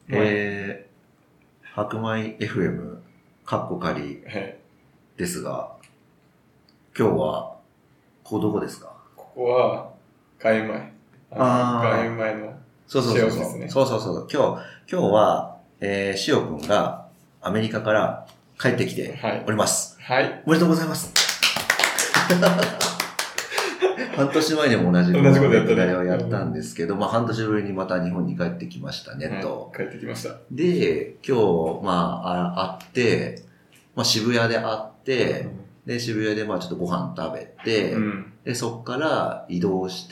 白米 FM カッコ仮ですが、今日はここどこですか？ ここは外米。外米のそう塩ですね。 そう。今日は、塩くんがアメリカから帰ってきております。 はい。 おめでとうございます。半年前にも同じことをやったんですけど、半年ぶりにまた日本に帰ってきましたね、と。 帰ってきました。 で、今日、会って、渋谷で会って、で、渋谷でちょっとご飯食べて、で、そっから移動して、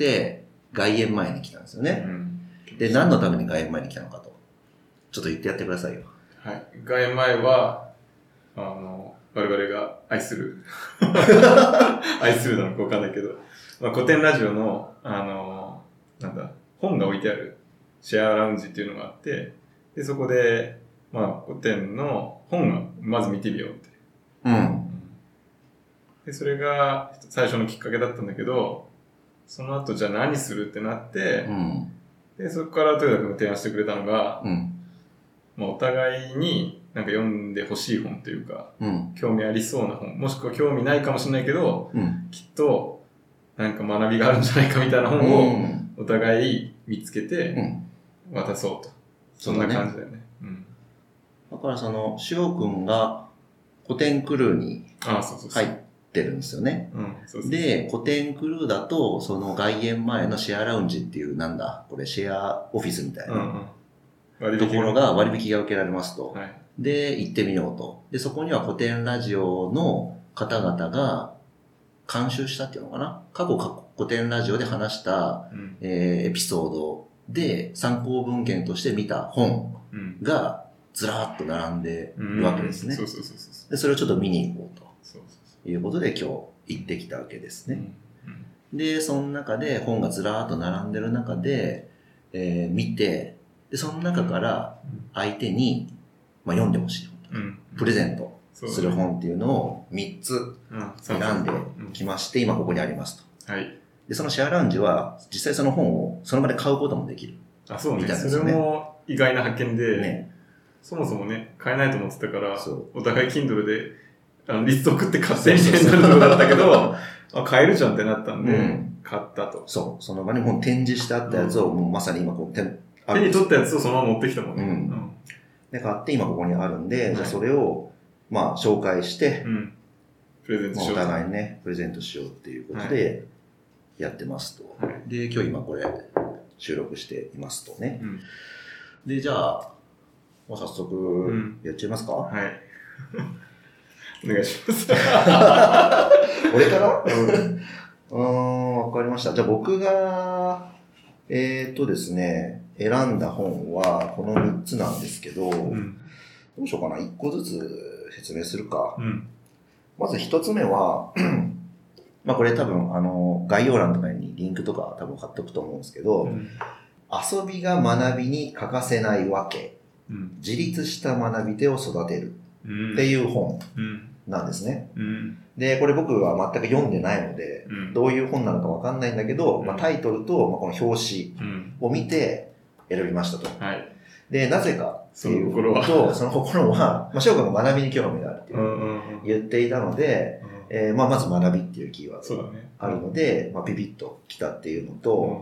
外苑前に来たんですよね。で、何のために外苑前に来たのかと。ちょっと言ってやってくださいよ。 はい。外苑前は、我々が愛する愛するなのかわかんないけど、古典ラジオの、本が置いてあるシェアラウンジっていうのがあって、で、そこで、古典の本がまず見てみようって。で、それが最初のきっかけだったんだけど、その後じゃあ何するってなって、で、そこから豊田君が提案してくれたのが、お互いに読んでほしい本というか、興味ありそうな本、もしくは興味ないかもしれないけど、きっと学びがあるんじゃないかみたいな本をお互い見つけて渡そうと。そんな感じだよね。 だから塩くんが古典クルーに入ってるんですよね。で、古典クルーだと、その外苑前のシェアラウンジっていう、これシェアオフィスみたいなところが割引が受けられますと。で、行ってみようと。で、そこには古典ラジオの方々が監修したっていうのかな。過去古典ラジオで話した、エピソードで参考文献として見た本がずらーっと並んでるわけですね。で、それをちょっと見に行こうということで今日行ってきたわけですね。で、その中で本がずらーっと並んでる中で、見て、で、その中から相手に、読んでほしい本、プレゼントする本っていうのを3つ選んできまして、今ここにありますと。で、そのシェアラウンジは実際その本をその場で買うこともできる。 そうね。それも意外な発見で、そもそもね、買えないと思ってたから、お互い Kindle でリスト送って買ってみたいになるところだったけど、買えるじゃんってなったんで、買ったと。 そう。その場にもう展示してあったやつを、まさに今手に取ったやつをそのまま持ってきたもんね。 で、買って今ここにあるんで、じゃあそれを、紹介して、 プレゼントしよう。 お互いにね、プレゼントしようっていうことで、やってますと。で、今日今これ、収録していますとね。で、じゃあ、早速、やっちゃいますか？ はい。お願いします。 俺からわかりました。じゃあ僕が、ですね、選んだ本はこの3つなんですけど、どうしようかな。1個ずつ説明するか。まず1つ目は、これ多分、概要欄とかにリンクとか多分貼っとくと思うんですけど、遊びが学びに欠かせないわけ。自立した学び手を育てるっていう本なんですね。で、これ僕は全く読んでないので、どういう本なのかわかんないんだけど、タイトルとこの表紙を見て選びましたと。で、なぜかっていうと、その心は、翔くんが学びに興味があるって言っていたので、まず学びっていうキーワードがあるので、ピピッと来たっていうのと、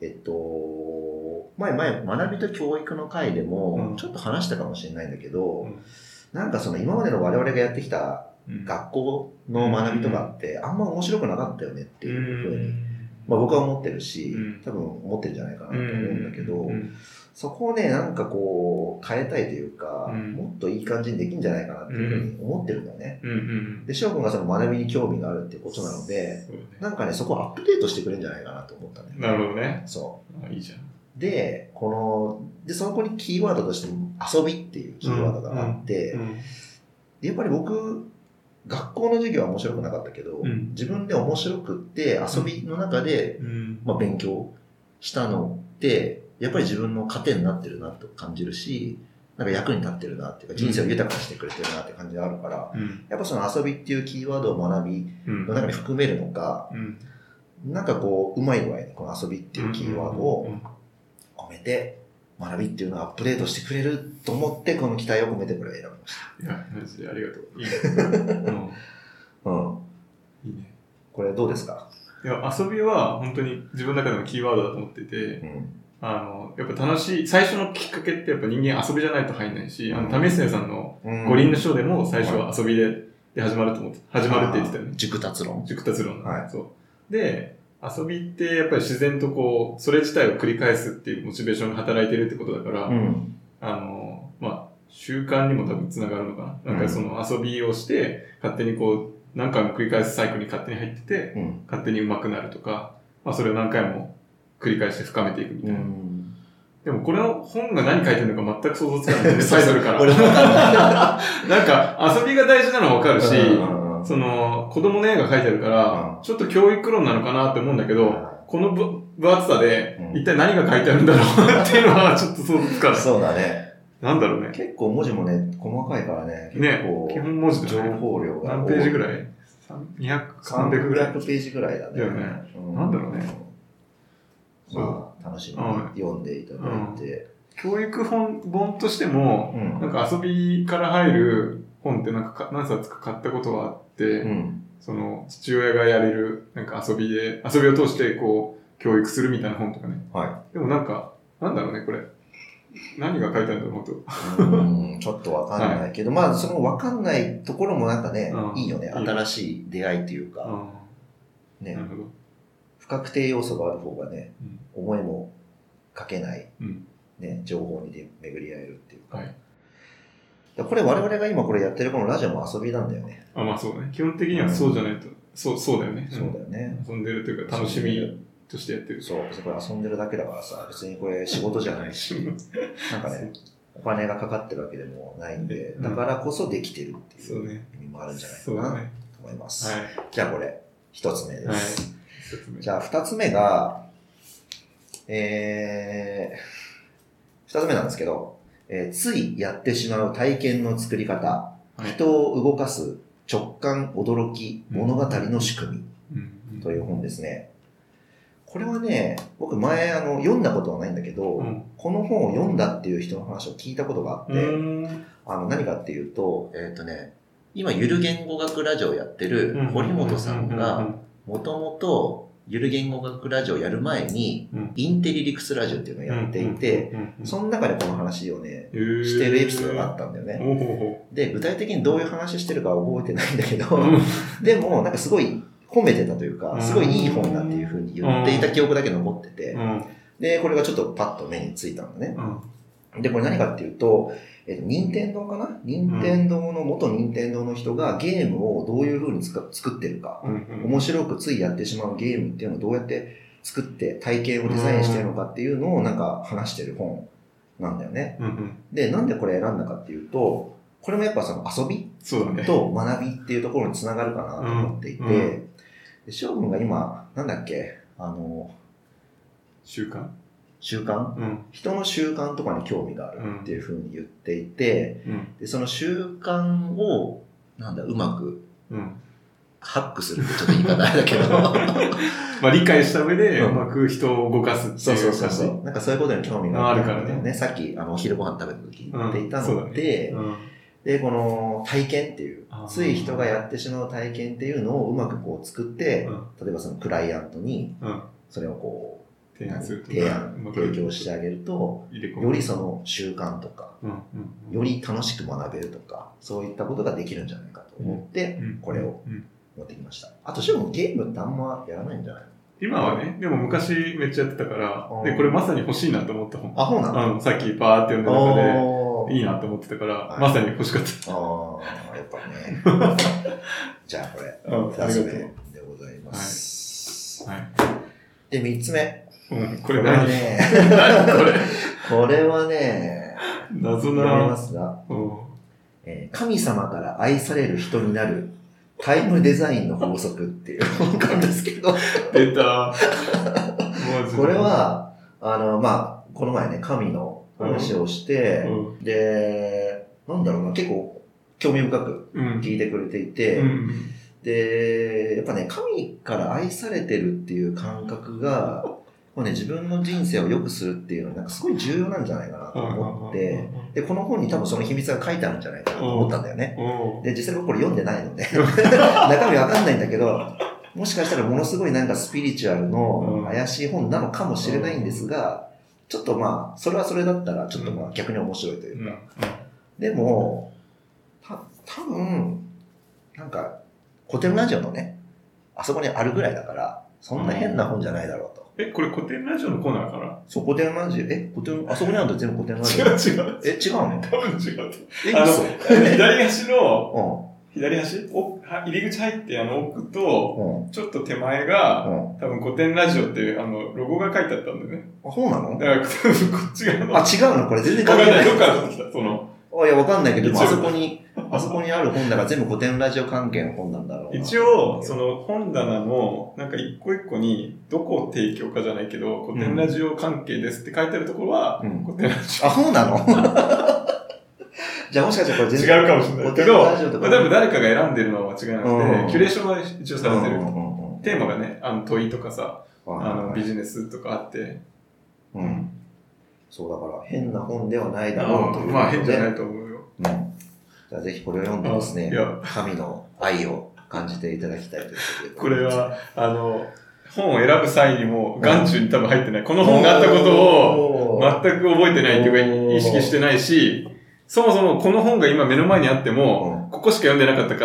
前、学びと教育の回でも、ちょっと話したかもしれないんだけど、今までの我々がやってきた学校の学びとかって、あんま面白くなかったよねっていうふうに、僕は思ってるし、多分思ってるんじゃないかなと思うんだけど、そこをね、変えたいというか、もっといい感じにできるんじゃないかなっていうふうに思ってるんだよね。で、翔くんがその学びに興味があるっていうことなので、そこをアップデートしてくれるんじゃないかなと思ったんだよね。 なるほどね。 そう。 いいじゃん。 で、そこにキーワードとして遊びっていうキーワードがあって、やっぱり僕、学校の授業は面白くなかったけど、自分で面白くって遊びの中で、勉強したのって、やっぱり自分の糧になってるなと感じるし、役に立ってるなっていうか、人生を豊かにしてくれてるなって感じがあるから、やっぱその遊びっていうキーワードを学びの中に含めるのか、うまい具合にこの遊びっていうキーワードを込めて学びっていうのをアップデートしてくれると思って、この期待を込めてこれを選びました。 いや、マジでありがとう。いいね。 うん。いいね。これどうですか？ いや、遊びは本当に自分の中でのキーワードだと思ってて、やっぱ楽しい、最初のきっかけってやっぱ人間遊びじゃないと入んないし、為末さんの五輪のショーでも最初は遊びで始まるって言ってたよね。 熟達論。 熟達論。はい。そう。で、遊びってやっぱり自然とこう、それ自体を繰り返すっていうモチベーションが働いてるってことだから、習慣にも多分つながるのかな。なんかその遊びをして、勝手にこう、何回も繰り返すサイクルに勝手に入ってて、勝手に上手くなるとか、それを何回も繰り返して深めていくみたいな。でもこれの本が何書いてるのか全く想像つかないんで、タイトルから。なんか遊びが大事なのはわかるし、その子供の絵が書いてあるから、ちょっと教育論なのかなって思うんだけど、この分厚さで一体何が書いてあるんだろうっていうのはちょっと想像つかない。 そうだね。 なんだろうね。 結構文字もね、細かいからね。結構基本文字情報量が。 何ページぐらい ?300 ぐらい。 300ページぐらいだね。 なんだろうね。 まあ、楽しみに読んでいただいて。 教育本としても、なんか遊びから入る本ってなんか何冊か買ったことがあって、その父親がやれるなんか遊びを通してこう教育するみたいな本とかね。でもなんか、なんだろうね、これ。何が書いてあるんだろう、 本当。ちょっとわかんないけど、まあ、そのわかんないところもなんかね、いいよね。新しい出会いというか。ね。なるほど。不確定要素がある方がね、思いもかけない、ね、情報に巡り合えるっていうか。これ我々が今これやってるこのラジオも遊びなんだよね。 まあそうね。基本的にはそうじゃないと、そうだよね。 そうだよね。 遊んでるというか楽しみとしてやってる。 そう。これ遊んでるだけだからさ、別にこれ仕事じゃないし、なんかね、お金がかかってるわけでもないんで、だからこそできてるっていう意味もあるんじゃないかなと思います。じゃあこれ、一つ目です。じゃあ二つ目が、二つ目なんですけど、ついやってしまう体験の作り方、人を動かす直感、驚き、物語の仕組みという本ですね。これはね、僕前読んだことはないんだけど、この本を読んだっていう人の話を聞いたことがあって、何かっていうと、今ゆる言語学ラジオをやってる堀本さんが、もともとゆる言語学ラジオをやる前に、インテリリクスラジオっていうのをやっていて、その中でこの話をね、してるエピソードがあったんだよね。で、具体的にどういう話してるかは覚えてないんだけど、でもなんかすごい褒めてたというか、すごいいい本だっていう風に言っていた記憶だけ残ってて、で、これがちょっとパッと目についたんだね。で、これ何かっていうと、任天堂かな？任天堂の、元任天堂の人がゲームをどういう風に作ってるか、面白くついやってしまうゲームっていうのをどうやって作って体験をデザインしてるのかっていうのをなんか話してる本なんだよね。で、なんでこれ選んだかっていうと、これもやっぱその遊びと学びっていうところにつながるかなと思っていて、翔くんが今、なんだっけ、 習慣、 人の習慣とかに興味があるっていうふうに言っていて、でその習慣を、うまく、ハックするってちょっと言い方あれだけど。 まあ理解した上で、うまく人を動かすっていう感じ。 なんかそういうことに興味があるからね。さっき、昼ご飯食べた時に言っていたので、で、この体験っていう、つい人がやってしまう体験っていうのをうまくこう作って、例えばそのクライアントに、それをこう、提供してあげると、よりその習慣とか、より楽しく学べるとか、そういったことができるんじゃないかと思って、これを持ってきました。あと、しかもゲームってあんまやらないんじゃないの？ 今はね、でも昔めっちゃやってたから、で、これまさに欲しいなと思った本。 そうなの？ さっきバーって読んだ中で、いいなと思ってたから、まさに欲しかった。 やっぱね。じゃあこれ、2つ目でございます。で、3つ目。 これ何？ これはね、 謎な。 読めますが、神様から愛される人になるタイムデザインの法則っていう本なんですけど。 出た。 これは、まあ、この前ね、神の話をして、で、なんだろうな、結構興味深く聞いてくれていて、で、やっぱね、神から愛されてるっていう感覚が、 こうね、自分の人生を良くするっていうのはなんかすごい重要なんじゃないかなと思って、で、この本に多分その秘密が書いてあるんじゃないかなと思ったんだよね。で、実際僕これ読んでないので、中身わかんないんだけど、もしかしたらものすごいなんかスピリチュアルの怪しい本なのかもしれないんですが、ちょっとまあ、それはそれだったらちょっとまあ逆に面白いというか。でも、多分、なんか、古典ラジオのね、あそこにあるぐらいだから、そんな変な本じゃないだろうと。 これ古典ラジオのコーナーかな？ そう、古典ラジオ、あそこにあるの全部古典ラジオ。 違う。 違うの？ 多分違う。左端の、左端入り口入って奥と、ちょっと手前が、多分古典ラジオっていうロゴが書いてあったんだよね。 あ、そうなの？ だから多分こっち側の。 あ、違うの？これ全然関係ない。 わかんない。どっから取ってきた？ いや、わかんないけど、あそこにある本だから全部古典ラジオ関係の本なんだろうな。 一応、その本棚の、なんか一個一個に、どこを提供かじゃないけど、古典ラジオ関係ですって書いてあるところは、古典ラジオ。 あ、そうなの？じゃあもしかしたらこれ全然違うかもしれないけど、多分誰かが選んでるのは間違いなくて、キュレーションは一応されてる。テーマがね、問いとかさ、ビジネスとかあって。 そうだから変な本ではないだろうということで。 まあ変じゃないと思うよ。 じゃあぜひこれを読んでですね、神の愛を感じていただきたいということで。 これは、本を選ぶ際にも眼中に多分入ってない。この本があったことを全く覚えてないっていうか意識してないし、そもそもこの本が今目の前にあっても、ここしか読んでなかったから、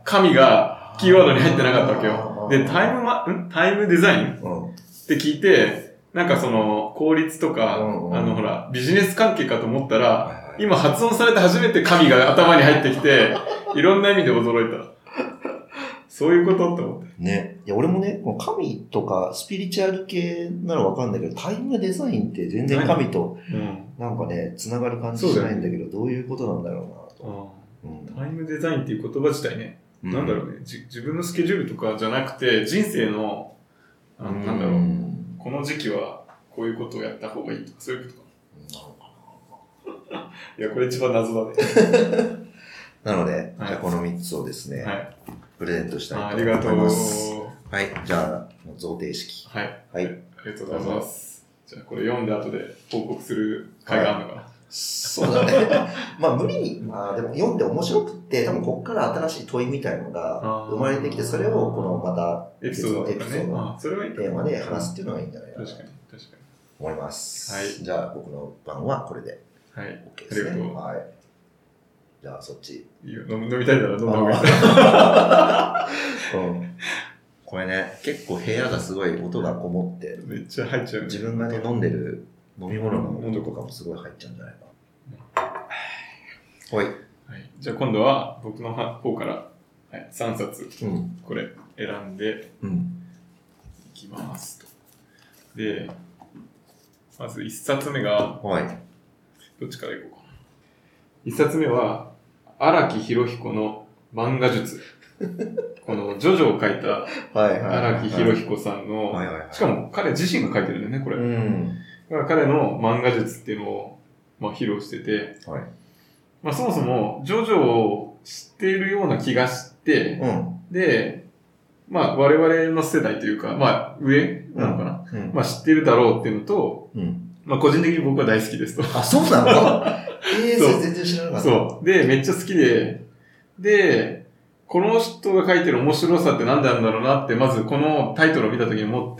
神がキーワードに入ってなかったわけよ。で、タイムデザインって聞いて、なんかその、効率とか、ほら、ビジネス関係かと思ったら、今発音されて初めて神が頭に入ってきて、いろんな意味で驚いた。そういうことって思って。 ね。いや、俺もね、この神とかスピリチュアル系ならわかんないけど、タイムデザインって全然神と、なんかね、繋がる感じしないんだけど、どういうことなんだろうなと。 タイムデザインっていう言葉自体ね、なんだろうね、自分のスケジュールとかじゃなくて、人生の、なんだろう、この時期はこういうことをやった方がいいとか、そういうことかな。いや、これ一番謎だね。 なので、じゃあこの3つをですね、プレゼントしたいと思います。 ありがとう。 はい、じゃあ、贈呈式。 はい。ありがとうございます。じゃあ、これ読んだ後で報告する会があるのかな。 そうだね。まあ無理に、まあでも読んで面白くって、多分こっから新しい問いみたいのが生まれてきて、それをこのまたエピソードのテーマで話すっていうのがいいんじゃないかなと思います。 はい。 じゃあ僕の番はこれで OK ですね。 ありがとう。 はい。じゃあそっち。 いいよ、飲みたいなら飲んだ方がいい。 これね、結構部屋がすごい音がこもって、 めっちゃ入っちゃう。 自分がね、飲んでる飲み物の音とかもすごい入っちゃうんじゃないかな。はい。 じゃあ今度は僕の方から、3冊、これ選んでいきますと。で、まず1冊目が、どっちからいこうかな。1冊目は、荒木博彦の漫画術。このジョジョを書いた荒木博彦さんの、しかも彼自身が書いてるんだよね、これ。だから彼の漫画術っていうのを、まあ、披露してて、まあ、そもそもジョジョを知っているような気がして、で、まあ我々の世代というか、まあ上なのかな、まあ知ってるだろうっていうのと、まあ個人的に僕は大好きですと。 あ、そうなの？それ全然知らなかった。 そう。で、めっちゃ好きで、この人が書いてる面白さって何であるんだろうなって、まずこのタイトルを見た時に思って、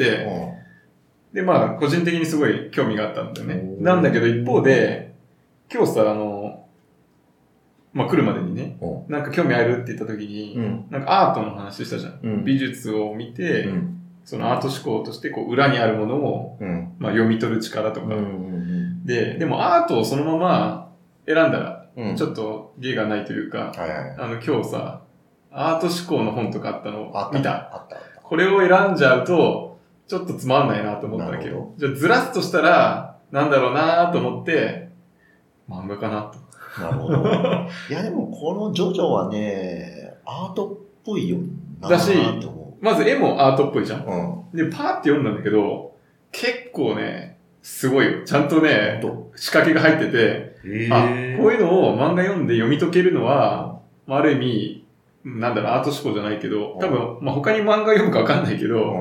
で、まあ個人的にすごい興味があったんだよね。なんだけど一方で、今日さ、まあ来るまでにね、なんか興味あるって言った時に、なんかアートの話したじゃん。美術を見て、そのアート思考としてこう裏にあるものを、まあ読み取る力とか。でもアートをそのまま選んだら、ちょっと芸がないというか、今日さ、アート思考の本とかあったの見た。これを選んじゃうと、ちょっとつまんないなと思ったわけよ。じゃあずらすとしたら、なんだろうなと思って、漫画かなと。 なるほど。いやでもこのジョジョはね、アートっぽいよなだし、まず絵もアートっぽいじゃん。で、パーって読んだんだけど、結構ね、すごいよ。ちゃんとね、仕掛けが入ってて、こういうのを漫画読んで読み解けるのは、ある意味、なんだろう、アート思考じゃないけど、多分、まあ、他に漫画読むかわかんないけど、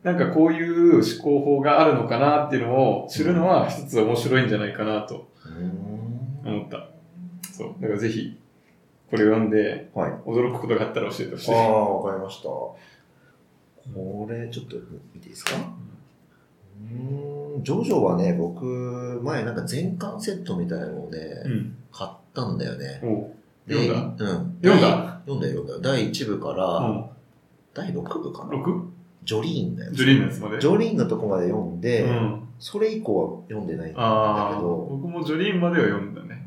なんかこういう思考法があるのかなっていうのを知るのは一つ面白いんじゃないかなと思った。そう。だからぜひ、これを読んで、驚くことがあったら教えてほしい。 わかりました。これ、ちょっと見ていいですか？ジョジョはね、僕、前なんか全巻セットみたいなのをね、買ったんだよね。 読んだ？ 読んだ。第1部から、第6部かな？ 6？ ジョリーンだよ。 ジョリーンのやつまで。 ジョリーンのとこまで読んで、それ以降は読んでないんだけど。 僕もジョリーンまでは読んだね。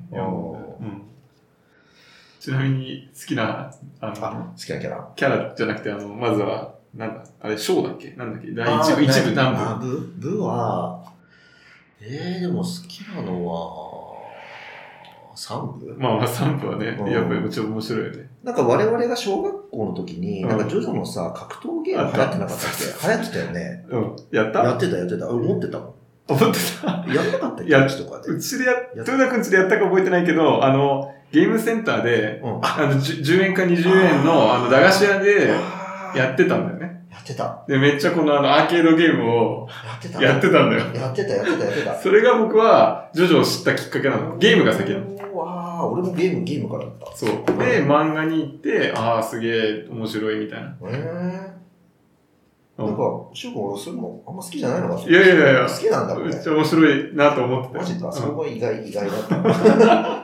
ちなみに好きな、 好きなキャラ？ キャラじゃなくて、まずは、なんだあれ、ショーだっけなんだっけ第1部何部？ 部は、でも好きなのは、3部？ まあ3部はね、やっぱりめっちゃ面白いよね。 なんか我々が小学校の時に、なんかジョジョのさ、格闘ゲーム流行ってなかったっけ？流行ってたよね。 やった？ やってた。持ってたもん。 思ってた？ やんなかったっけ？うちとかで。 うちで豊田くんちでやったか覚えてないけど、ゲームセンターで、10円か20円の、駄菓子屋でやってたんだよね。 やってた。 で、めっちゃこのアーケードゲームをやってたんだよ。 やってた。 それが僕は、ジョジョを知ったきっかけなの。ゲームが先なの。 俺もゲームからだった。 そう。で、漫画に行って、すげえ面白いみたいな。 なんか、シュウ君、それもあんま好きじゃないのかいや。 好きなんだもんね。 めっちゃ面白いなと思ってた。 マジか、それも意外だった。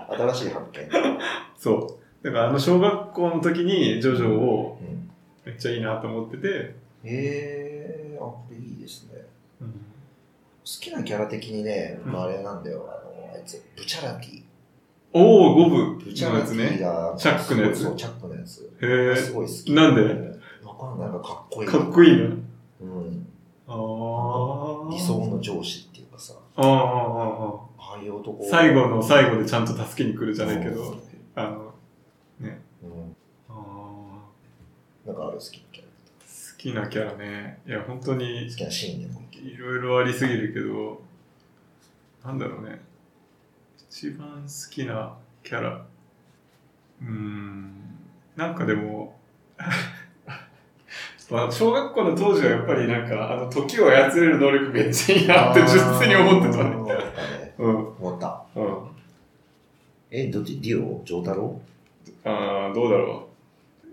新しい発見。 そう。だから小学校の時にジョジョをめっちゃいいなと思ってて。 これいいですね。好きなキャラ的にね、あれなんだよ、あいつ、ブチャラティ。 5部ブチャラティが、 チャックのやつ。 そう、チャックのやつ。 へすごい好き。 なんで？ わかんない。かっこいい。 かっこいいな。 理想の上司っていうかさ。ああいう男。 最後の最後でちゃんと助けに来るじゃないけど、ね。 なんかある好きなキャラ。 好きなキャラね。いや、本当に。 好きなシーンでもいろいろありすぎるけど、なんだろうね。一番好きなキャラ。なんかでも、小学校の当時はやっぱりなんか、時を操れる能力めっちゃいいなって純粋に思ってたね。 思った。どっち？ディオ？ジョータロ？ どうだろう。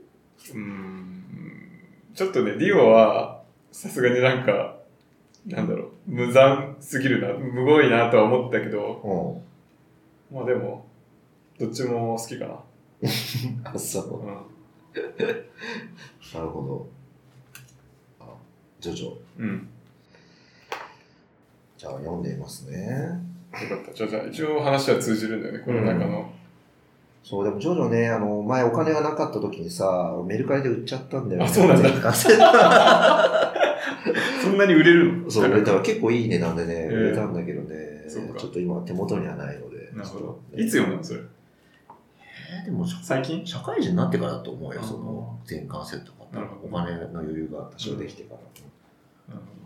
ちょっとね、ディオは、さすがになんか、なんだろう、無残すぎるな、むごいなとは思ったけど、まあでも、どっちも好きかな。 そう。なるほど。ジョジョ。じゃあ読んでみますね。 よかった。じゃあ一応話は通じるんだよね、この中の。 そう、でもジョジョね、前お金がなかった時にさ、メルカリで売っちゃったんだよね。 そうなんだ。そんなに売れるの？ そう、売れたら結構いい値段でね、売れたんだけどね、ちょっと今手元にはないので。 なるほど。いつ読むのそれ？ でも最近？ 社会人になってからだと思うよ、その全巻セット買った。お金の余裕が多少できてから。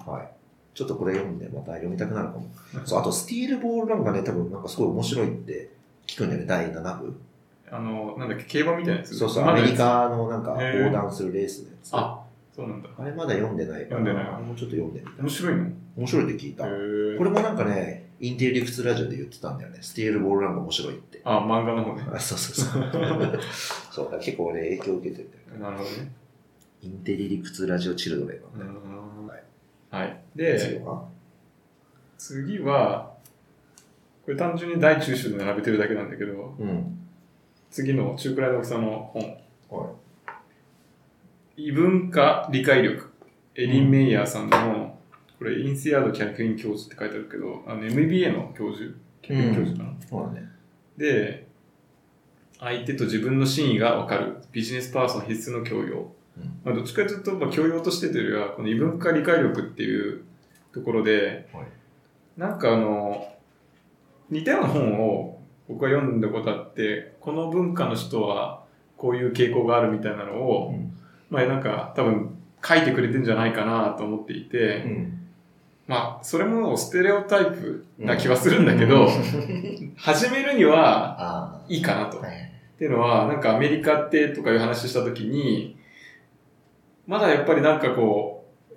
はい。ちょっとこれ読んでまた読みたくなるかも。そう、あとスティールボールランがね、多分なんかすごい面白いって聞くんだよね、第7部。 なんだっけ、競馬みたいなやつ？ そう、アメリカのなんか横断するレースのやつ。 そうなんだ。 あれまだ読んでないから、もうちょっと読んでみたい。 面白いの？ 面白いって聞いた。これもなんかね、インテリ理屈ラジオで言ってたんだよね。スティールボールランが面白いって。 漫画の方ね。 そう。そうだ、結構俺影響を受けてる。 なるほどね。 インテリ理屈ラジオチルドレンなんだ。はい。で、次は、これ単純に大中小で並べてるだけなんだけど、次の中くらいの大きさの本。異文化理解力。エリン・メイヤーさんの、これ、インセアード・キャリン教授って書いてあるけど、MBA の教授、キャリン教授かな。 そうだね。 で、相手と自分の真意がわかる。ビジネスパーソン必須の教養。どっちかというと、教養としてというよりは、この異文化理解力っていうところで、なんか似たような本を僕は読んだことあって、この文化の人はこういう傾向があるみたいなのを、なんか多分書いてくれてんじゃないかなと思っていて、それもステレオタイプな気はするんだけど、始めるにはいいかなと。っていうのは、なんかアメリカってとかいう話したときに、まだやっぱりなんかこう、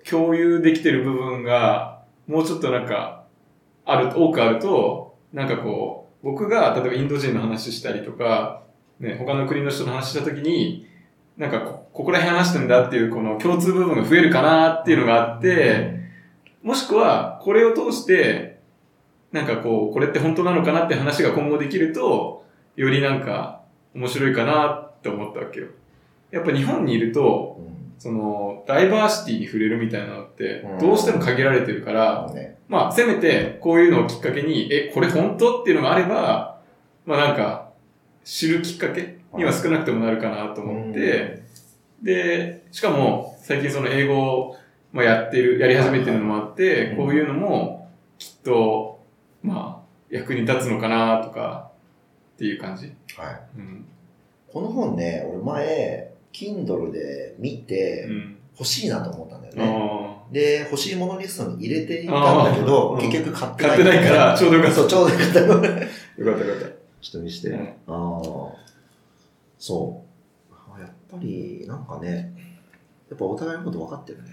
共有できてる部分が、もうちょっとなんか、多くあると、なんかこう、僕が例えばインド人の話したりとか、ね、他の国の人の話したときに、なんかここら辺話してんだっていうこの共通部分が増えるかなっていうのがあって、もしくはこれを通して、なんかこう、これって本当なのかなって話が今後できると、よりなんか面白いかなって思ったわけよ。やっぱ日本にいると、その、ダイバーシティに触れるみたいなのって、どうしても限られてるから、まあ、せめてこういうのをきっかけに、これ本当っていうのがあれば、まあなんか、知るきっかけには少なくともなるかなと思って、で、しかも、最近その英語をやり始めてるのもあって、こういうのも、きっと、まあ、役に立つのかなとか、っていう感じ。 はい。この本ね、俺前、Kindle で見て、欲しいなと思ったんだよね。で、欲しいものリストに入れていたんだけど、結局買ってない。 買ってないから、ちょうどよかった。 そう、ちょうどよかった。よかったよかった。ちょっと見して。そう。やっぱり、なんかね、やっぱお互いのこと分かってるね。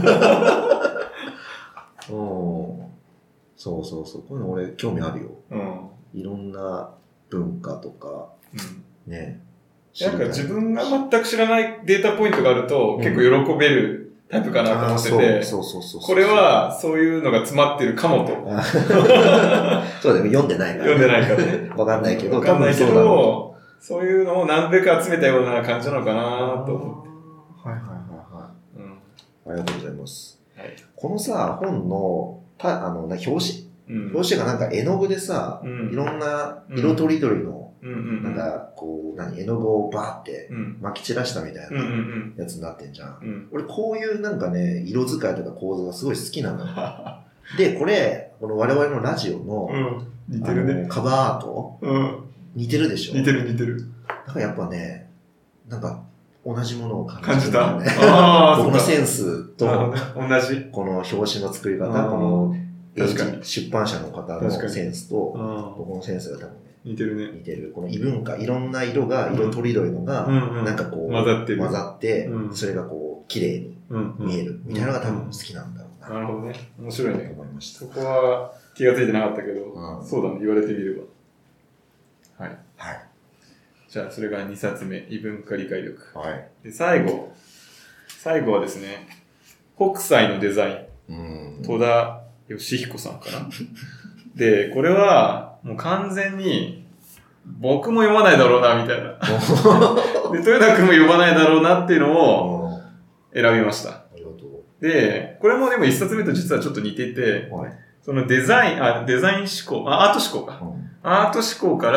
そうそうそう。こういうの俺興味あるよ。いろんな文化とか、ね。 なんか自分が全く知らないデータポイントがあると、結構喜べるタイプかなと思ってて、これはそういうのが詰まってるかもと。 そうだよ、読んでないから。 読んでないからね。 わかんないけど、 わかんないけど、そういうのを何べか集めたような感じなのかなと思って。 はい。ありがとうございます。このさ、本の、表紙がなんか絵の具でさ、いろんな色とりどりの、なんか、こう、絵の具をバーって撒き散らしたみたいなやつになってんじゃん。俺、こういうなんかね、色使いとか構図がすごい好きなのよ。で、この我々のラジオの、 似てるね。 カバーアート、似てるでしょ。 似てる。 だからやっぱね、なんか、同じものを感じた。 僕のセンスと、 同じ。 この表紙の作り方、この出版社の方のセンスと、僕のセンスが多分ね、 似てるね。 似てる。この異文化、いろんな色が、色とりどりのが、なんかこう、混ざって、それがこう、綺麗に見えるみたいなのが多分好きなんだろうな。 なるほどね。面白いね。 思いました。 そこは気がついてなかったけど、そうだね、言われてみれば。はい。じゃあ、それが2冊目、異文化理解力。で、最後はですね、北斎のデザイン。戸田義彦さんかな。で、これは、もう完全に、僕も読まないだろうな、みたいな。で、豊田君も読まないだろうなっていうのを選びました。で、これもでも1冊目と実はちょっと似てて、そのデザイン思考、アート思考か。アート思考から、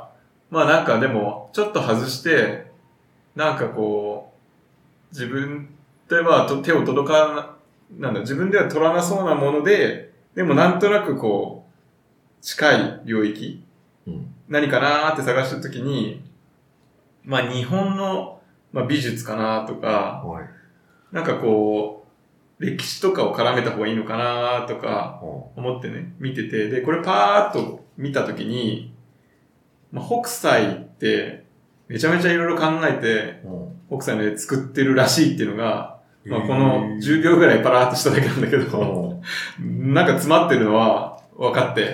まあなんかでも、ちょっと外して、なんかこう、自分では手を届か自分では取らなそうなもので、でもなんとなくこう、近い領域、何かなーって探したときに、まあ日本の、美術かなとか、なんかこう、歴史とかを絡めた方がいいのかなとか思ってね、見てて、で、これパーッと見たときに、北斎ってめちゃめちゃいろいろ考えて、北斎の絵作ってるらしいっていうのが、この10秒ぐらいパラーっとしただけなんだけど、なんか詰まってるのは分かって、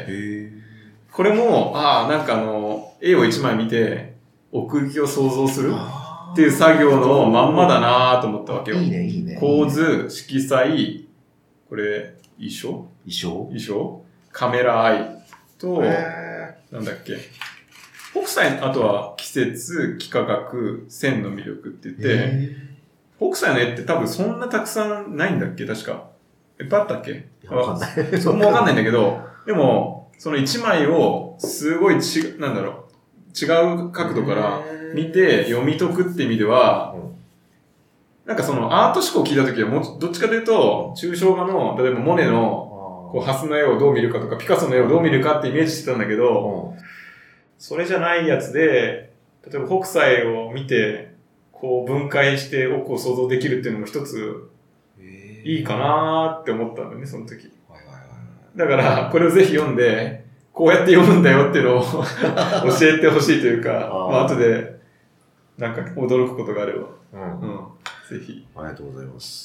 これも、なんか絵を一枚見て、奥行きを想像するっていう作業のまんまだなと思ったわけよ。 いいね。 構図、色彩、これ、衣装カメラアイと、なんだっけ。北斎、あとは季節、幾何学、線の魅力って言って、北斎の絵って多分そんなたくさんないんだっけ確か。いっぱいあったっけわかんない。 そこもわかんないんだけど、でも、その一枚をすごい違う角度から見て読み解くって意味では、なんかそのアート思考を聞いたときはもうどっちかというと、抽象画の、例えばモネのこうハスの絵をどう見るかとか、ピカソの絵をどう見るかってイメージしてたんだけど、それじゃないやつで、例えば北斎を見て、こう分解して奥を想像できるっていうのも一ついいかなーって思ったんだよね、その時。だから、これをぜひ読んで、こうやって読むんだよっていうのを教えてほしいというか、後でなんか驚くことがあれば、ぜひ。 ありがとうございます。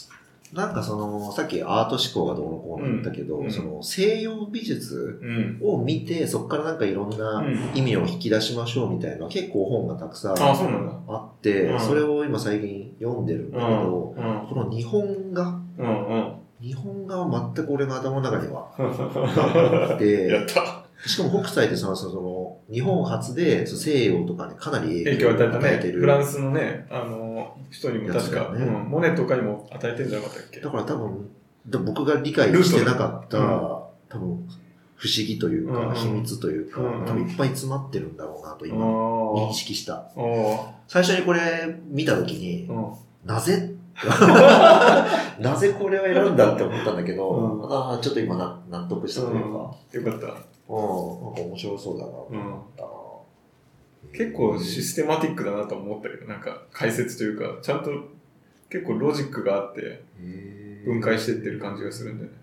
なんかさっきアート思考がどうのこうの言ったけど、西洋美術を見て、そこからなんかいろんな意味を引き出しましょうみたいな、結構本がたくさんあって、それを今最近読んでるんだけど、この日本画は全く俺の頭の中にはなくて、 やった。 しかも北斎って日本初で西洋とかにかなり影響を与えてる。フランスのね、人にも確か、モネとかにも与えてるんじゃなかったっけ？ だから多分、僕が理解してなかった、多分、不思議というか、秘密というか、多分いっぱい詰まってるんだろうなと今、認識した。最初にこれ見たときに、なぜなぜこれを選んだって思ったんだけど、ちょっと今納得したというか。 よかった。 なんか面白そうだなと思ったな。 結構システマティックだなと思ったけど、なんか解説というか、ちゃんと結構ロジックがあって、分解してってる感じがするんでね。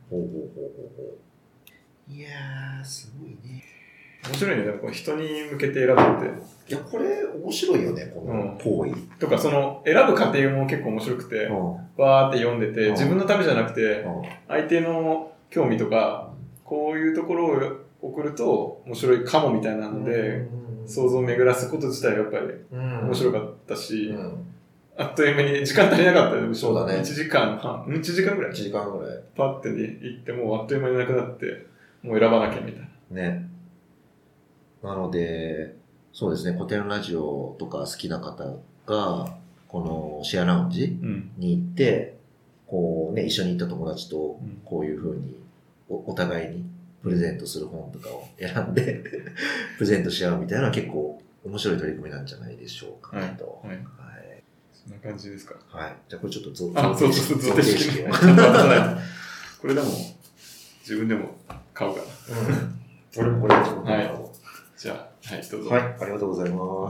いやー、すごいね。 面白いね、でも人に向けて選ぶって。 いや、これ面白いよね、この行為。 とか、選ぶ過程も結構面白くて、わーって読んでて、自分のためじゃなくて、相手の興味とか、こういうところを送ると面白いかもみたいなので、想像を巡らすこと自体やっぱり面白かったし、あっという間に時間足りなかったよ。 そうだね。 1時間半、1時間ぐらい ?1 時間ぐらい。 パッて行ってもうあっという間になくなって、もう選ばなきゃみたいな。ね。なので、そうですね、古典ラジオとか好きな方が、このシェアラウンジに行って、こうね、一緒に行った友達と、こういう風にお互いにプレゼントする本とかを選んで、プレゼントし合うみたいなのは結構面白い取り組みなんじゃないでしょうかねと。 はい。そんな感じですか。 はい。じゃあこれちょっと造形式を。これでも、自分でも買うかな。 俺もこれちょっと買おう。じゃあ、はい、どうぞ。 はい、ありがとうございます。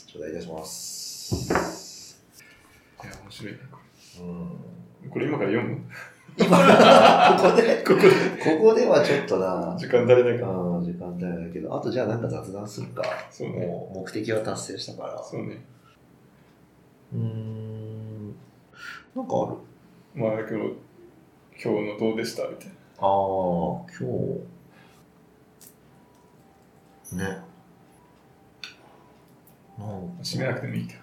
頂戴いたします。 いや、面白いね、これ。これ今から読む？ ここではちょっとな。 時間足りないかな。 時間足りないけど、あとじゃあなんか雑談するか。 そうね。 もう目的は達成したから。 そうね。 なんかある？ まあ、今日のどうでしたみたいな。 今日。ね。 閉めなくてもいいけ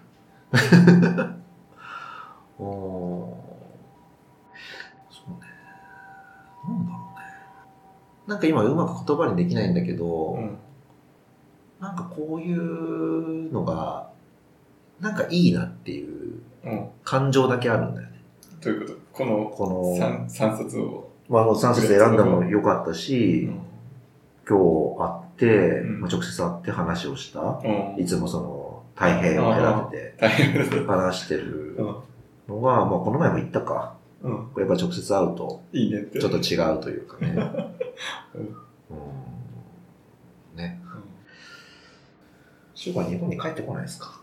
ど。 そうね。なんだろうね。なんか今うまく言葉にできないんだけど、なんかこういうのが、なんかいいなっていう感情だけあるんだよね。 どういうこと？この 3冊を。 まあ、3冊選んだのも良かったし、今日会って、直接会って話をした。いつも太平を隔てて話してるのが、まあこの前も言ったか。やっぱ直接会うと、ちょっと違うというかね。ね。シュウは日本に帰ってこないですか？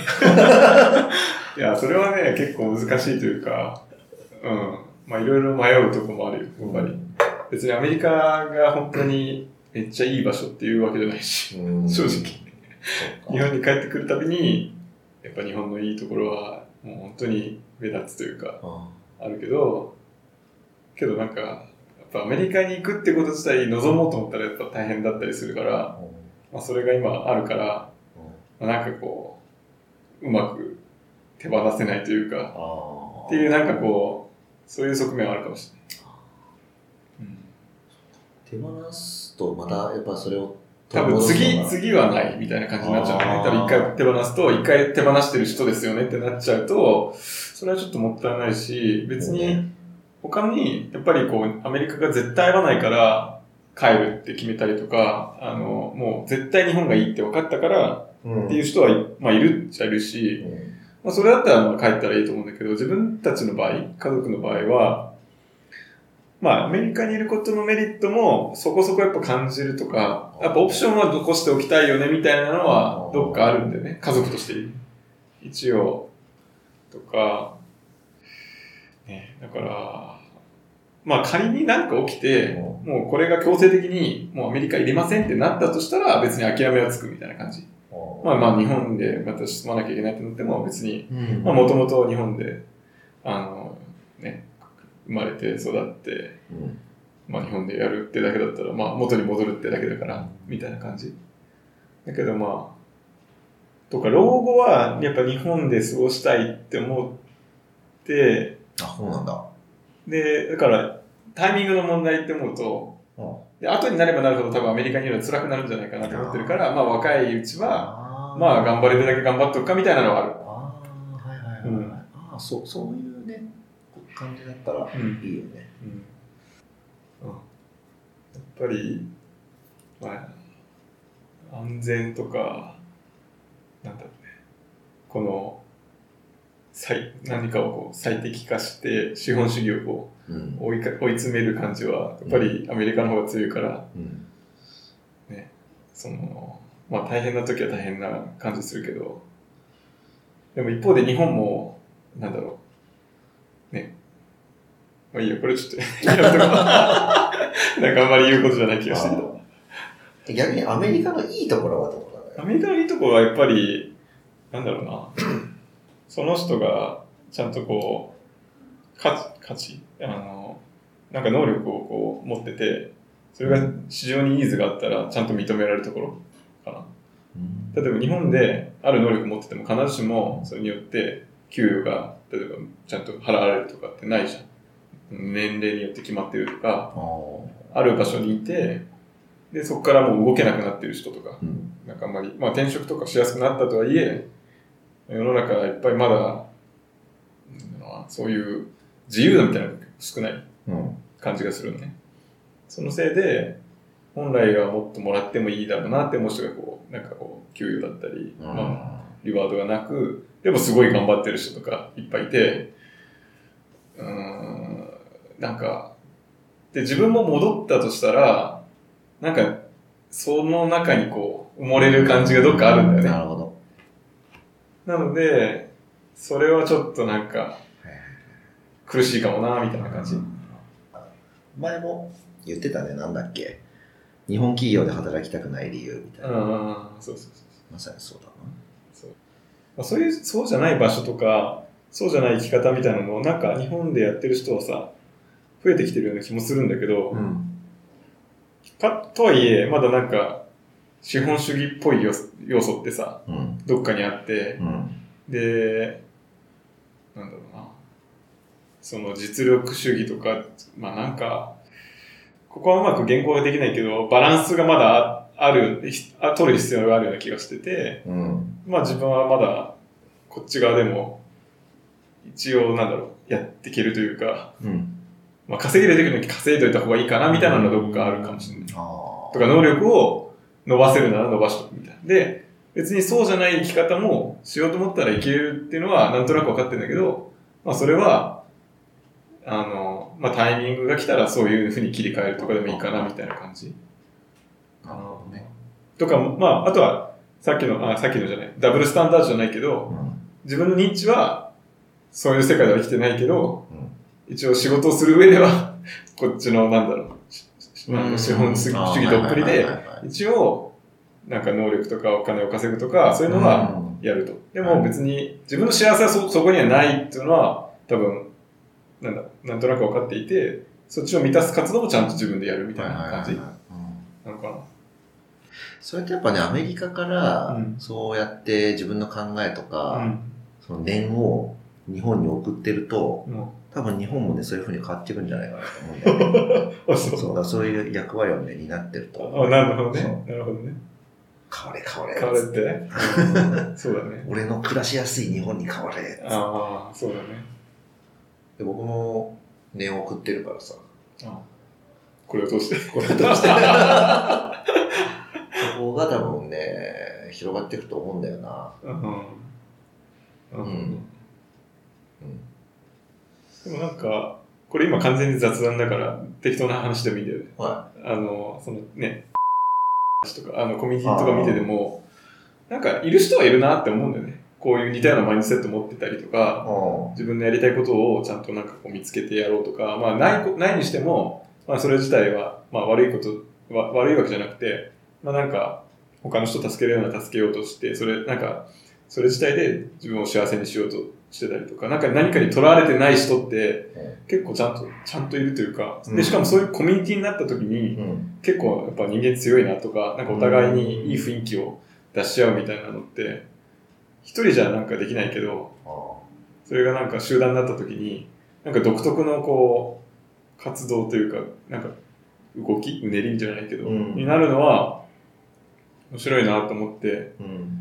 いや、それはね、結構難しいというか、まあいろいろ迷うとこもあるよ、やっぱり。別にアメリカが本当にめっちゃいい場所っていうわけじゃないし、正直。日本に帰ってくるたびに、やっぱ日本のいいところはもう本当に目立つというか、あるけどなんか、やっぱアメリカに行くってこと自体望もうと思ったらやっぱ大変だったりするから、まあそれが今あるから、なんかこう、うまく手放せないというか、っていうなんかこう、そういう側面はあるかもしれない。 手放すとまたやっぱそれを多分次はないみたいな感じになっちゃうね。多分一回手放すと、一回手放してる人ですよねってなっちゃうと、それはちょっともったいないし、別に他にやっぱりこうアメリカが絶対合わないから帰るって決めたりとか、もう絶対日本がいいって分かったからっていう人は、まあいるっちゃいるし、まあそれだったらまあ帰ったらいいと思うんだけど、自分たちの場合、家族の場合は、まあアメリカにいることのメリットもそこそこやっぱ感じるとか、やっぱオプションは残しておきたいよねみたいなのはどっかあるんでね、家族として一応とか、ね、だからまあ仮になんか起きて、もうこれが強制的にもうアメリカいりませんってなったとしたら別に諦めはつくみたいな感じ。まあ日本でまた住まなきゃいけないってなっても別に、まあもともと日本で、ね、 生まれて育って、まあ日本でやるってだけだったら、まあ元に戻るってだけだから、みたいな感じ。だけどまあ、とか老後はやっぱ日本で過ごしたいって思って、 そうなんだ。 で、だからタイミングの問題って思うと、で後になればなるほど多分アメリカにいるの辛くなるんじゃないかなと思ってるから、まあ若いうちは、まあ頑張れるだけ頑張っとくかみたいなのはある。 そういうね、感じだったらいいよね。 やっぱり、まあ、安全とか、なんだろうね、この、何かをこう最適化して資本主義をこう、追い詰める感じは、やっぱりアメリカの方が強いから、ね、まあ大変な時は大変な感じするけど、でも一方で日本も、なんだろう。ね。まあいいよ、これちょっとなんかあんまり言うことじゃない気がしてる。逆にアメリカのいいところはどこだろう？ アメリカのいいところはやっぱり、なんだろうな。その人がちゃんとこう、価値なんか能力をこう持ってて、それが市場にニーズがあったらちゃんと認められるところかな。例えば日本である能力を持ってても必ずしもそれによって給与が例えばちゃんと払われるとかってないじゃん。年齢によって決まってるとか、ある場所にいて、でそこからもう動けなくなってる人とか、なんかあんまり、まあ転職とかしやすくなったとはいえ、世の中いっぱいまだ、そういう自由度みたいなのが少ない感じがするのね。そのせいで、本来はもっともらってもいいだろうなって思う人がこう、なんかこう、給与だったり、まあ、リワードがなく、でもすごい頑張ってる人とかいっぱいいて、なんか、で、自分も戻ったとしたら、なんか、その中にこう、埋もれる感じがどっかあるんだよね。 なるほど。 なので、それはちょっとなんか、苦しいかもな、みたいな感じ。 前も言ってたね、なんだっけ。日本企業で働きたくない理由みたいな。 そう。 まさにそうだな。 そうじゃない場所とか、そうじゃない生き方みたいなのも、なんか日本でやってる人はさ、増えてきてるような気もするんだけど、とはいえ、まだなんか、資本主義っぽい要素ってさ、どっかにあって、で、なんだろうな、その実力主義とか、まあなんか、ここはうまく言語ができないけど、バランスがまだ取る必要があるような気がしてて、まあ自分はまだこっち側でも一応なんだろう、やっていけるというか、まあ稼げる時に稼いどいた方がいいかなみたいなのがどっかあるかもしれない。とか能力を伸ばせるなら伸ばしとくみたいな。で、別にそうじゃない生き方もしようと思ったらいけるっていうのはなんとなく分かってるんだけど、まあそれは、まあタイミングが来たらそういう風に切り替えるとかでもいいかなみたいな感じ。とか、まああとはさっきのじゃない、ダブルスタンダードじゃないけど、自分のニッチはそういう世界では生きてないけど、一応仕事をする上では、こっちのなんだろう、資本主義どっぷりで、一応、なんか能力とかお金を稼ぐとか、そういうのはやると。でも別に自分の幸せはそこにはないっていうのは、多分、なんとなく分かっていて、そっちを満たす活動もちゃんと自分でやるみたいな感じなのかな。 それってやっぱね、アメリカから、そうやって自分の考えとか、その念を日本に送ってると、多分日本もね、そういう風に変わっていくんじゃないかなと思うんだよね。そういう役割をね、担ってると。 なるほどね。なるほどね。 変われってそうだね。 俺の暮らしやすい日本に変われ。 そうだね。 で僕も念を送ってるからさ。 これを通して。 そこが多分ね、広がっていくと思うんだよな。 でもなんか、これ今完全に雑談だから適当な話でもいいんだよね。そのね、とか、コミュニティとか見てても、なんかいる人はいるなって思うんだよね。こういう似たようなマインドセット持ってたりとか、自分のやりたいことをちゃんとなんかこう見つけてやろうとか、まあないにしても、まあそれ自体は、まあ悪いわけじゃなくて、まあなんか他の人助けれるなら助けようとして、それ自体で自分を幸せにしようとしてたりとか、何かにとらわれてない人って、結構ちゃんといるというか、で、しかもそういうコミュニティになった時に、結構やっぱ人間強いなとか、お互いにいい雰囲気を出し合うみたいなのって、一人じゃできないけど、それが集団になった時に、独特のこう、活動というか、動きうねりじゃないけど、になるのは、面白いなと思って、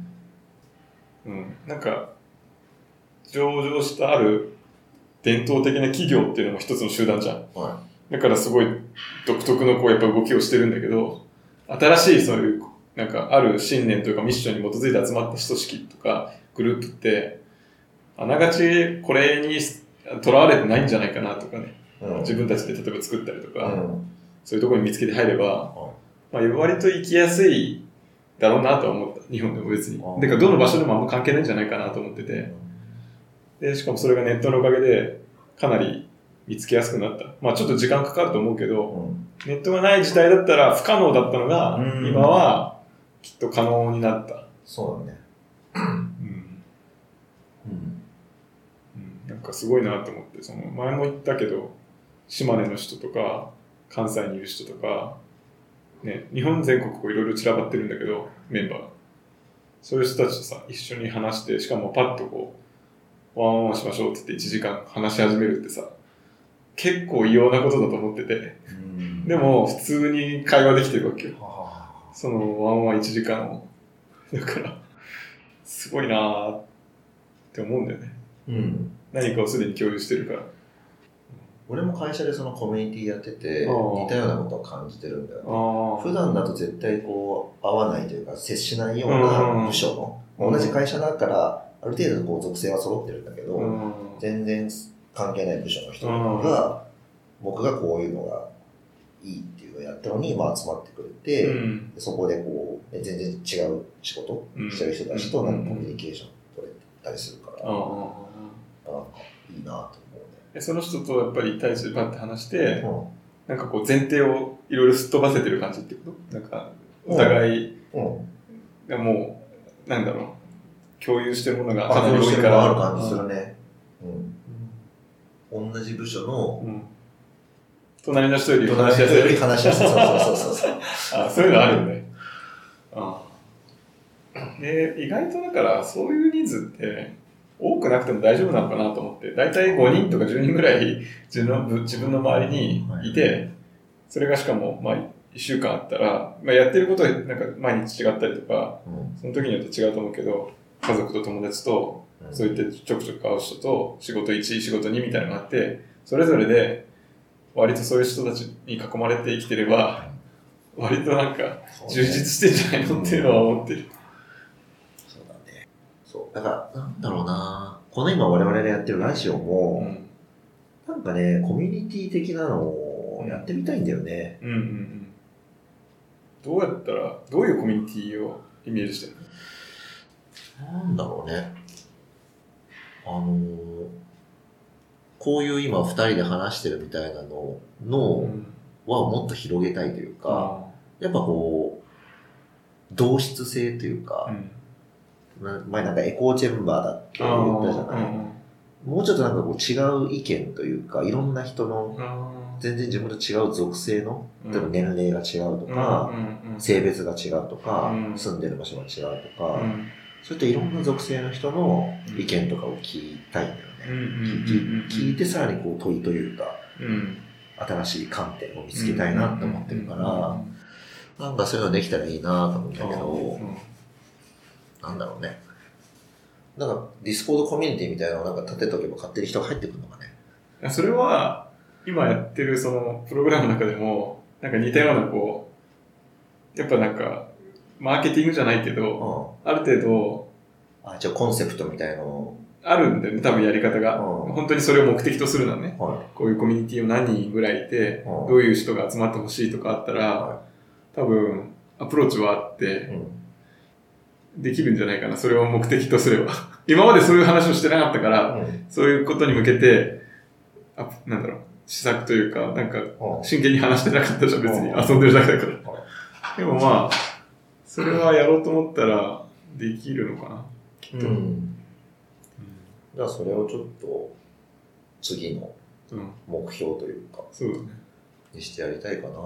上場したある伝統的な企業っていうのも一つの集団じゃん。だからすごい独特のこうやっぱ動きをしてるんだけど、新しいそういうある信念というかミッションに基づいて集まった組織とかグループって、あながちこれにとらわれてないんじゃないかなとかね。自分たちで例えば作ったりとか、そういうところに見つけて入れば、割と生きやすいだろうなとは思った。日本でも別に。だからどの場所でもあんま関係ないんじゃないかなと思ってて。で、しかもそれがネットのおかげでかなり見つけやすくなった。ちょっと時間かかると思うけど、ネットがない時代だったら不可能だったのが、今はきっと可能になった。 そうだね。 すごいなと思って、前も言ったけど、島根の人とか、関西にいる人とか、ね、日本全国いろいろ散らばってるんだけど、メンバー。そういう人たちとさ、一緒に話して、しかもパッとこう、ワンワンしましょうって言って1時間話し始めるってさ、結構異様なことだと思ってて、でも普通に会話できてるわけよ。そのワンワン1時間を。だから、すごいなーって思うんだよね。何かをすでに共有してるから。 俺も会社でそのコミュニティやってて似たようなことを感じてるんだよね。普段だと絶対こう合わないというか接しないような部署の、同じ会社だからある程度こう属性は揃ってるんだけど、全然関係ない部署の人が、僕がこういうのがいいっていうのをやったのに、集まってくれて、そこでこう全然違う仕事してる人たちとコミュニケーション取れたりするから、いいなと思うね。 その人とやっぱり対してバッて話して、こう前提をいろいろすっ飛ばせてる感じってことお互いがもう、共有してるものがかなり多いから。 ある感じするね。同じ部署の、 隣の人より話しやすい。そういうのあるよね。で、意外とだからそういう人数って多くなくても大丈夫なのかなと思って、だいたい5人とか10人ぐらい自分の周りにいて、それがしかも1週間あったら、やってることは毎日違ったりとか、その時によって違うと思うけど、家族と友達とそういってちょくちょく会う人と仕事1、仕事2みたいなのがあって、それぞれで割とそういう人たちに囲まれて生きてれば、割と充実してんじゃないのっていうのは思ってる。 そうだね。そう。だから、なんだろうな。この今我々がやってるラジオも、コミュニティ的なのをやってみたいんだよね。 どうやったら、どういうコミュニティをイメージしてるの？なんだろうね。こういう今2人で話してるみたいなのはもっと広げたいというか、やっぱこう、同質性というか、前エコーチェンバーだって言ったじゃない。もうちょっとこう違う意見というか、いろんな人の全然自分と違う属性の、例えば年齢が違うとか、性別が違うとか、住んでる場所が違うとか、そういったいろんな属性の人の意見とかを聞きたいんだよね。聞いてさらにこう問いというか、新しい観点を見つけたいなって思ってるから、そういうのできたらいいなと思うんだけど、なんだろうね。ディスコードコミュニティみたいなのを立てとけば勝手に人が入ってくるのかね。 それは、今やってるそのプログラムの中でも、似たようなこう、やっぱマーケティングじゃないけど、ある程度、 じゃあコンセプトみたいなのあるんだよね、多分やり方が。本当にそれを目的とするのはね。こういうコミュニティを何人ぐらいいて、どういう人が集まってほしいとかあったら、多分アプローチはあって、できるんじゃないかな、それを目的とすれば。今までそういう話をしてなかったから、そういうことに向けて、施策というか、真剣に話してなかったじゃん、別に。遊んでるだけだから。でもそれはやろうと思ったらできるのかな、きっと。 じゃあそれをちょっと次の目標というか、 そうだね。 にしてやりたいかな、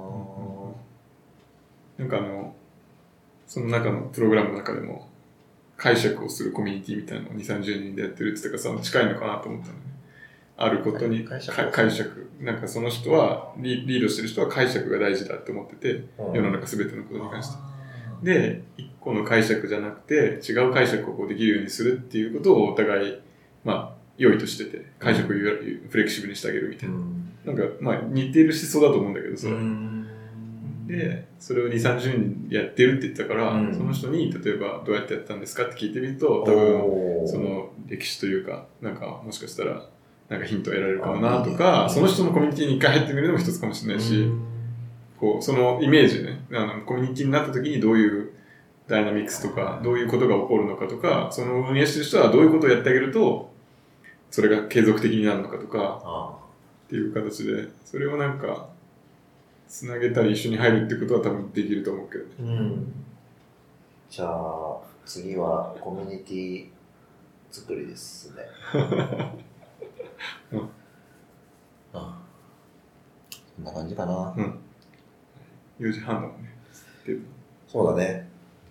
なんかその中のプログラムの中でも解釈をするコミュニティみたいなのを2、30人でやってるって言ったから近いのかなと思ったのね。あることに解釈。なんかその人は、リードしてる人は解釈が大事だって思ってて、世の中すべてのことに関して。で、一個の解釈じゃなくて、違う解釈をこうできるようにするっていうことをお互い、良いとしてて、解釈をフレキシブルにしてあげるみたいな。なんか、似ている思想だと思うんだけど、それ。で、それを2、30人やってるって言ったから、その人に、例えばどうやってやったんですかって聞いてみると、多分、その歴史というか、なんか、もしかしたら、なんかヒントを得られるかもなとか、その人のコミュニティに一回入ってみるのも一つかもしれないし、こう、そのイメージね、コミュニティになった時にどういうダイナミクスとか、どういうことが起こるのかとか、その運営してる人はどういうことをやってあげると、それが継続的になるのかとか、っていう形で、それをなんか、つなげたり一緒に入るってことは多分できると思うけどね。 じゃあ、次はコミュニティ作りですね。そんな感じかな。 4時半だもんね。 そうだね。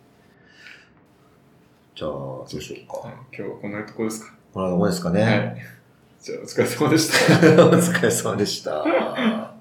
じゃあ、どうしようか。 今日はこんなとこですか。 こんなとこですかね。 はい。じゃあ、お疲れ様でした。 お疲れ様でした。